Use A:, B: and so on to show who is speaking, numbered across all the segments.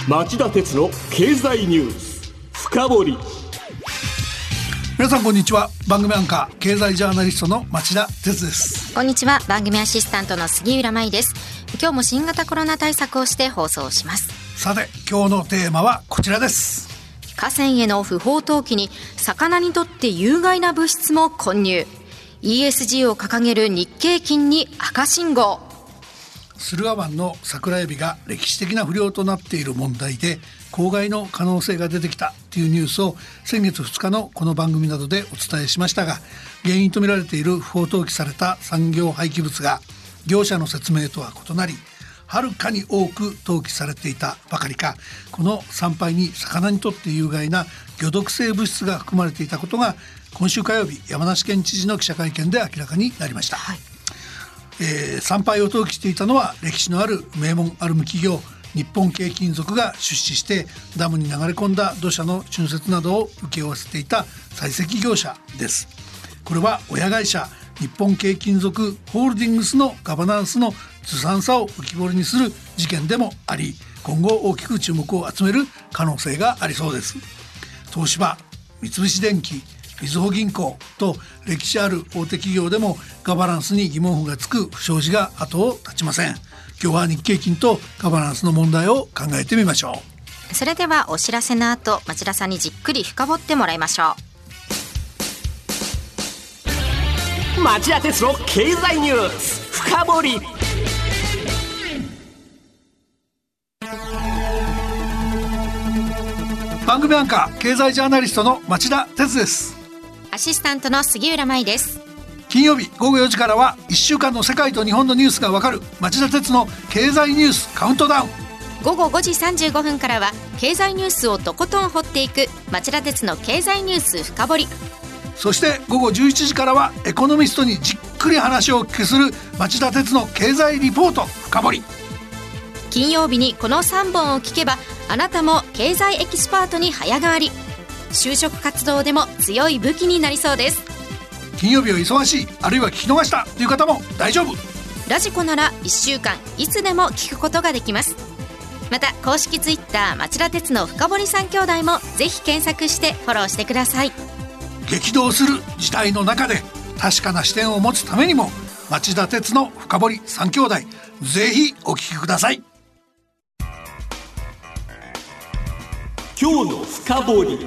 A: 町田鉄の経済ニュース深掘り。
B: 皆さんこんにちは。番組アンカー経済ジャーナリストの町田鉄です。
C: こんにちは。番組アシスタントの杉浦舞です。今日も新型コロナ対策をして放送します。
B: さて今日のテーマはこちらです。
C: 河川への不法投棄に魚にとって有害な物質も混入。 ESG を掲げる日経金に赤信号。
B: 駿河湾の桜エビが歴史的な不漁となっている問題で公害の可能性が出てきたというニュースを先月2日のこの番組などでお伝えしましたが、原因とみられている不法投棄された産業廃棄物が業者の説明とは異なりはるかに多く投棄されていたばかりか、この産廃に魚にとって有害な魚毒性物質が含まれていたことが今週火曜日山梨県知事の記者会見で明らかになりました。産廃を投棄していたのは歴史のある名門アルム企業日本軽金属が出資してダムに流れ込んだ土砂の浚渫などを請け負わせていた採石業者です。これは親会社日本軽金属ホールディングスのガバナンスのずさんさを浮き彫りにする事件でもあり、今後大きく注目を集める可能性がありそうです。東芝、三菱電機、みずほ銀行と歴史ある大手企業でもガバナンスに疑問符がつく不祥事が後を絶ちません。今日は日経金とガバナンスの問題を考えてみましょ
C: う。それではお知らせの後、町田さんにじっくり深掘ってもらいましょ
A: う。町田鉄の経済ニュース深掘り。
B: 番組アンカー経済ジャーナリストの町田鉄です。
C: アシスタントの杉浦舞です。
B: 金曜日午後4時からは1週間の世界と日本のニュースがわかる町田鉄の経済ニュースカウントダウン。
C: 午後5時35分からは経済ニュースをとことん掘っていく町田鉄の経済ニュース深掘り。
B: そして午後11時からはエコノミストにじっくり話をお聞きする町田鉄の経済リポート深掘り。
C: 金曜日にこの3本を聞けばあなたも経済エキスパートに早変わり。就職活動でも強い武器になりそうです。
B: 金曜日は忙しい、あるいは聞き逃したという方も大丈夫。
C: ラジコなら1週間いつでも聞くことができます。また公式ツイッター町田鉄の深堀3兄弟もぜひ検索してフォローしてください。
B: 激動する時代の中で確かな視点を持つためにも町田鉄の深堀3兄弟ぜひお聞きください。
A: 今日の深掘り。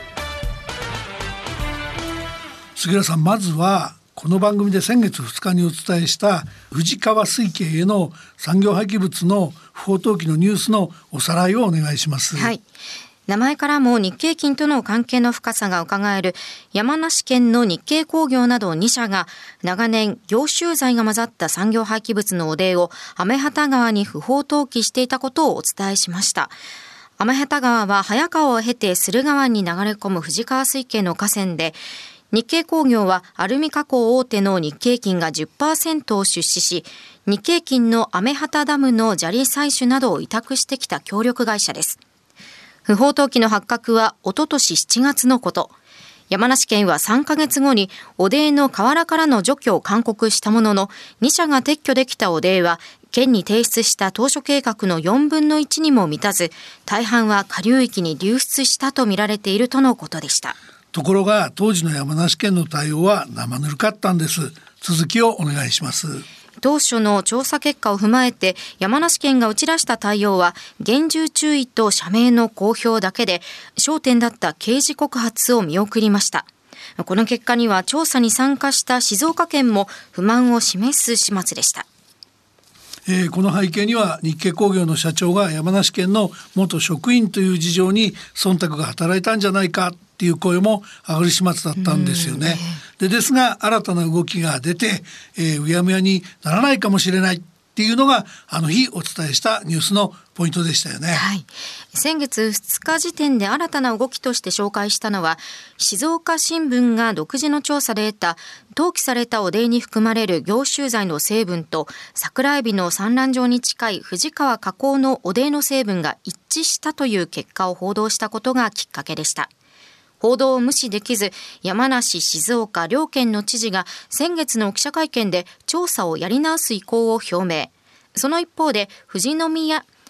B: 杉浦さん、まずはこの番組で先月2日にお伝えした藤川水系への産業廃棄物の不法投棄のニュースのおさらいをお願いします。
C: はい、名前からも日経金との関係の深さがうかがえる山梨県の日経工業など2社が長年凝集剤が混ざった産業廃棄物の汚泥を雨畑川に不法投棄していたことをお伝えしました。雨畑川は早川を経て駿河湾に流れ込む藤川水系の河川で、日経工業はアルミ加工大手の日経金が 10% を出資し、日経金の雨畑ダムの砂利採取などを委託してきた協力会社です。不法投棄の発覚はおととし7月のこと。山梨県は3ヶ月後に汚泥の河原からの除去を勧告したものの、2社が撤去できた汚泥は県に提出した当初計画の4分の1にも満たず、大半は下流域に流出したとみられているとのことでした。
B: ところが当時の山梨県の対応は生ぬるかったんです。続きをお願いします。
C: 当初の調査結果を踏まえて山梨県が打ち出した対応は厳重注意と社名の公表だけで、焦点だった刑事告発を見送りました。この結果には調査に参加した静岡県も不満を示す始末でした。
B: この背景には日経工業の社長が山梨県の元職員という事情に忖度が働いたんじゃないかっていう声も上がる始末だったんですよね。ですが新たな動きが出て、うやむやにならないかもしれないっていうのがあの日お伝えしたニュースのポイントでしたよね。
C: はい、先月2日時点で新たな動きとして紹介したのは、静岡新聞が独自の調査で得た投棄された汚泥に含まれる凝集剤の成分と桜エビの産卵場に近い藤川河口の汚泥の成分が一致したという結果を報道したことがきっかけでした。報道を無視できず、山梨、静岡両県の知事が先月の記者会見で調査をやり直す意向を表明。その一方で富士宮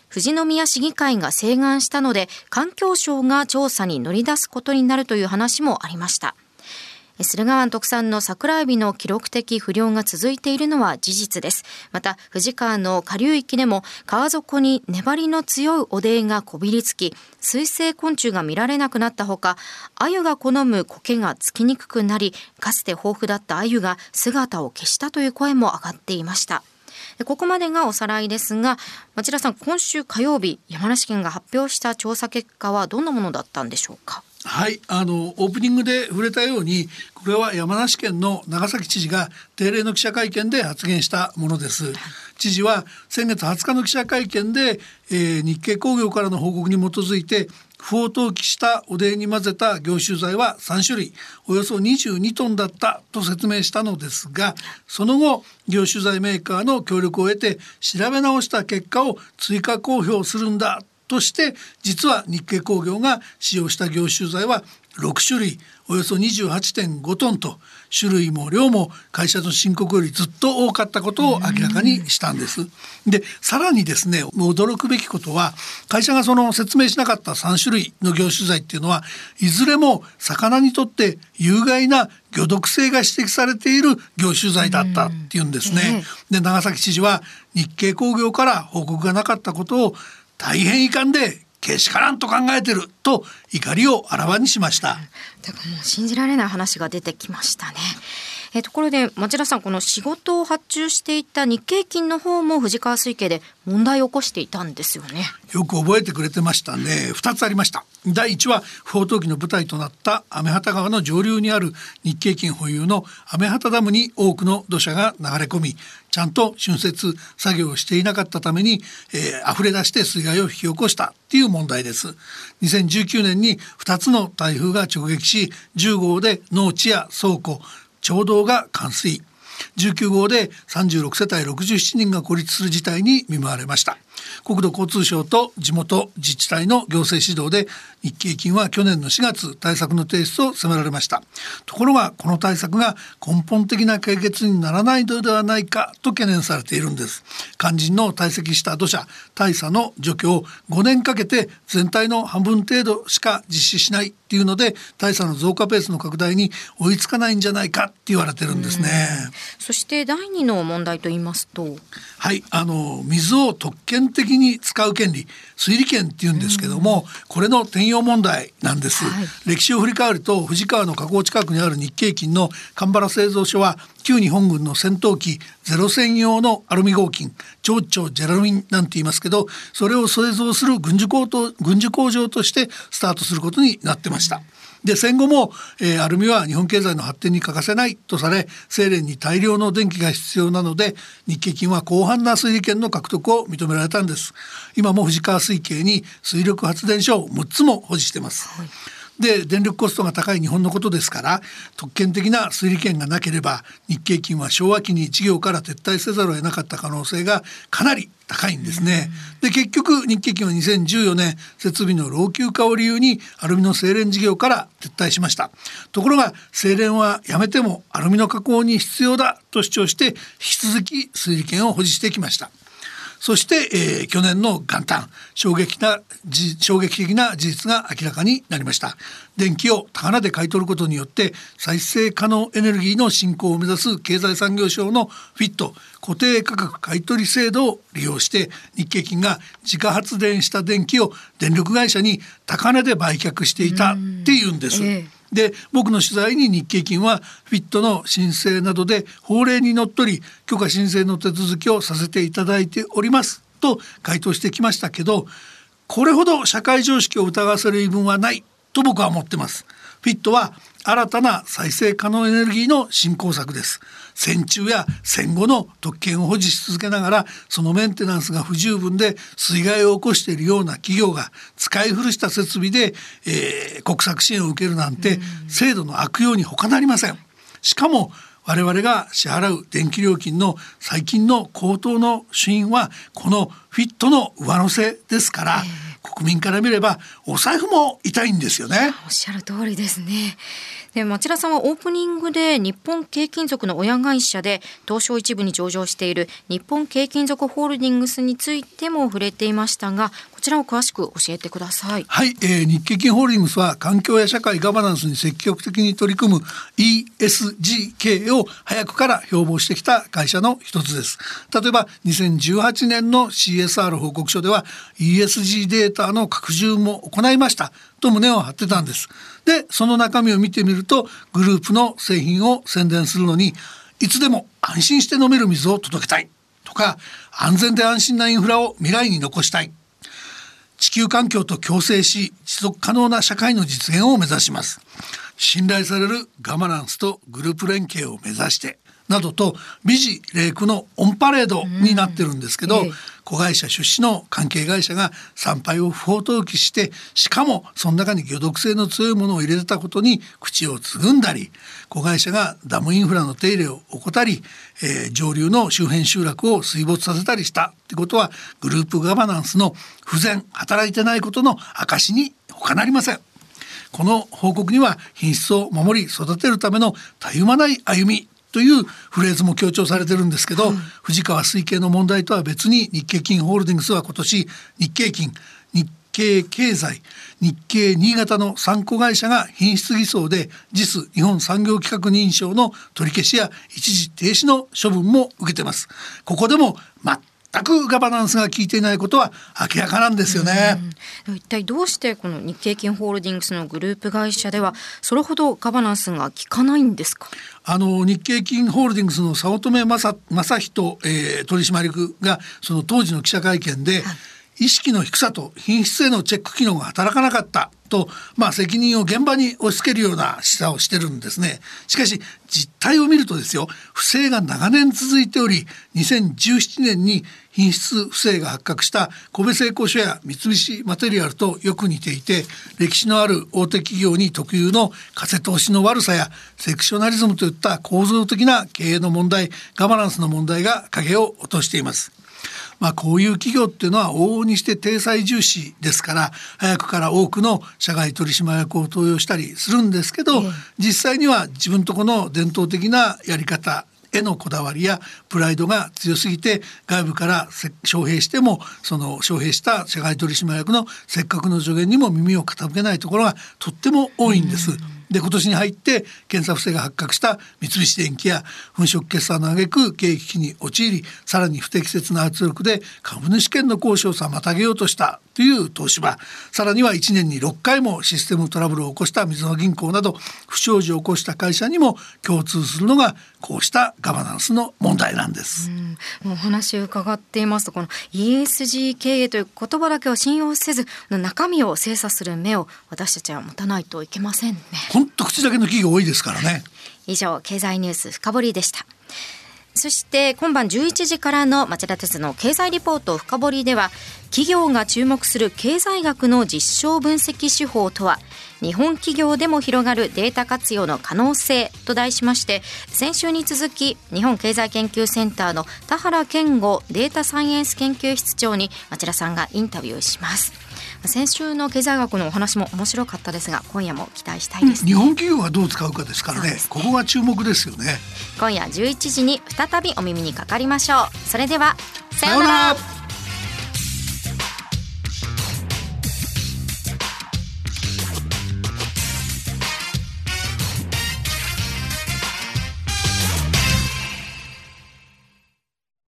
C: 富士宮市議会が請願したので環境省が調査に乗り出すことになるという話もありました。駿河湾特産の桜エビの記録的不漁が続いているのは事実です。また富士川の下流域でも川底に粘りの強い汚泥がこびりつき、水生昆虫が見られなくなったほか、鮎が好む苔がつきにくくなり、かつて豊富だった鮎が姿を消したという声も上がっていました。ここまでがおさらいですが、町田さん、今週火曜日、山梨県が発表した調査結果はどんなものだったんでしょうか。
B: はい、オープニングで触れたように、これは山梨県の長崎知事が定例の記者会見で発言したものです。知事は先月20日の記者会見で、日系工業からの報告に基づいて不法投棄した汚泥に混ぜた凝集剤は3種類およそ22トンだったと説明したのですが、その後凝集剤メーカーの協力を得て調べ直した結果を追加公表するんだとして、実は日系工業が使用した凝集剤は6種類およそ 28.5 トンと、種類も量も会社の申告よりずっと多かったことを明らかにしたんです。でさらにですね、驚くべきことは、会社がその説明しなかった3種類の凝集剤っていうのは、いずれも魚にとって有害な魚毒性が指摘されている凝集剤だったっていうんですね。で長崎知事は日系工業から報告がなかったことを大変遺憾でけしからんと考えてると怒りをあらわにしました。
C: だからもう信じられない話が出てきましたね。ところで町田さん、この仕事を発注していた日経金の方も富士川水系で問題を起こしていたんですよね。
B: よく覚えてくれてましたね。2つありました。第1は不法投棄の舞台となった雨畑川の上流にある日経金保有の雨畑ダムに多くの土砂が流れ込み、ちゃんと浚渫作業をしていなかったために、溢れ出して水害を引き起こしたっていう問題です。2019年に2つの台風が直撃し、10号で農地や倉庫町道が冠水、19号で36世帯67人が孤立する事態に見舞われました。国土交通省と地元自治体の行政指導で日経金は去年の4月対策の提出を迫られました。ところがこの対策が根本的な解決にならないのではないかと懸念されているんです。肝心の堆積した土砂大佐の除去を5年かけて全体の半分程度しか実施しないっていうので、大佐の増加ペースの拡大に追いつかないんじゃないかって言われてるんですね。
C: そして第2の問題と言いますと、
B: はい、水を特権的に使う権利、水利権っていうんですけども、これの転用問題なんです。歴史を振り返ると、富士川の河口近くにある日経金の蒲原製造所は旧日本軍の戦闘機ゼロ戦用のアルミ合金、蝶々ジェラルミンなんて言いますけど、それを製造する軍需工場としてスタートすることになってました。で戦後も、アルミは日本経済の発展に欠かせないとされ、精錬に大量の電気が必要なので、日経金は広範な水利権の獲得を認められたんです。今も富士川水系に水力発電所を6つも保持してます。で電力コストが高い日本のことですから、特権的な水利権がなければ日経金は昭和期に事業から撤退せざるを得なかった可能性がかなり高いんですね。で結局日経金は2014年設備の老朽化を理由にアルミの精錬事業から撤退しました。ところが精錬はやめてもアルミの加工に必要だと主張して引き続き水利権を保持してきました。そして、去年の元旦、衝撃的な事実が明らかになりました。電気を高値で買い取ることによって再生可能エネルギーの振興を目指す経済産業省のフィット固定価格買取制度を利用して、日経金が自家発電した電気を電力会社に高値で売却していたっていうんです。で僕の取材に日経金はフィットの申請などで法令にのっとり許可申請の手続きをさせていただいておりますと回答してきましたけど、これほど社会常識を疑わせる言い分はないと僕は思ってます。フィットは新たな再生可能エネルギーの振興策です。戦中や戦後の特権を保持し続けながら、そのメンテナンスが不十分で水害を起こしているような企業が使い古した設備で、国策支援を受けるなんて制度の悪用に他なりません。しかも我々が支払う電気料金の最近の高騰の主因はこのフィットの上乗せですから、国民から見ればお財布も痛いんですよね。
C: おっしゃる通りですね。 で町田さんはオープニングで日本軽金属の親会社で東証一部に上場している日本軽金属ホールディングスについても触れていましたが、こちらを詳しく教えてください。
B: はい、日経金ホールディングスは環境や社会ガバナンスに積極的に取り組む ESG 経営を早くから標榜してきた会社の一つです。例えば2018年の CSR 報告書では ESG データの拡充も行いましたと胸を張ってたんです。でその中身を見てみると、グループの製品を宣伝するのに、いつでも安心して飲める水を届けたいとか、安全で安心なインフラを未来に残したい、地球環境と共生し持続可能な社会の実現を目指します、信頼されるガバナンスとグループ連携を目指してなどと、美辞麗句のオンパレードになってるんですけど、子会社出資の関係会社が参拝を不法投棄して、しかもその中に魚毒性の強いものを入れたことに口をつぐんだり、子会社がダムインフラの手入れを怠り、上流の周辺集落を水没させたりしたってことは、グループガバナンスの不全、働いてないことの証に他なりません。この報告には品質を守り育てるためのたゆまない歩みというフレーズも強調されてるんですけど、藤川水系の問題とは別に日経金ホールディングスは今年、日経金、日経経済、日経新潟の3子会社が品質偽装でJIS日本産業規格認証の取り消しや一時停止の処分も受けてます。ここでも全くガバナンスが効いていないことは明らかなんですよね。
C: 一体どうしてこの日経金ホールディングスのグループ会社ではそれほどガバナンスが効かないんですか？
B: 日経金ホールディングスの早乙女正人、取締役がその当時の記者会見で、意識の低さと品質へのチェック機能が働かなかったと、責任を現場に押し付けるような示唆をしてるんですね。しかし実態を見るとですよ、不正が長年続いており、2017年に品質不正が発覚した神戸製鋼所や三菱マテリアルとよく似ていて、歴史のある大手企業に特有の風通しの悪さやセクショナリズムといった構造的な経営の問題、ガバナンスの問題が影を落としています。こういう企業っていうのは往々にして体裁重視ですから、早くから多くの社外取締役を登用したりするんですけど、実際には自分とこの伝統的なやり方へのこだわりやプライドが強すぎて、外部から招聘してもその招聘した社外取締役のせっかくの助言にも耳を傾けないところがとっても多いんです。で今年に入って検査不正が発覚した三菱電機や粉飾決算の挙句経営危機に陥り、さらに不適切な圧力で株主権の行使を妨げようとしたという東芝、さらには1年に6回もシステムトラブルを起こしたみずほ銀行など不祥事を起こした会社にも共通するのがこうしたガバナンスの問題なんです。
C: お話を伺っていますと、この ESG 経営という言葉だけを信用せず、中身を精査する目を私たちは持たないといけませんね。
B: 本当口だけの企業多いですからね。
C: 以上、経済ニュース深掘りでした。そして今晩11時からの町田鉄の経済リポート深掘りでは、企業が注目する経済学の実証分析手法とは、日本企業でも広がるデータ活用の可能性と題しまして、先週に続き日本経済研究センターの田原健吾データサイエンス研究室長に町田さんがインタビューします。先週の経済学のお話も面白かったですが、今夜も期待したいですね。
B: 日本企業がどう使うかですからね。ここが注目ですよね。
C: 今夜11時に再びお耳にかかりましょう。それではさようなら。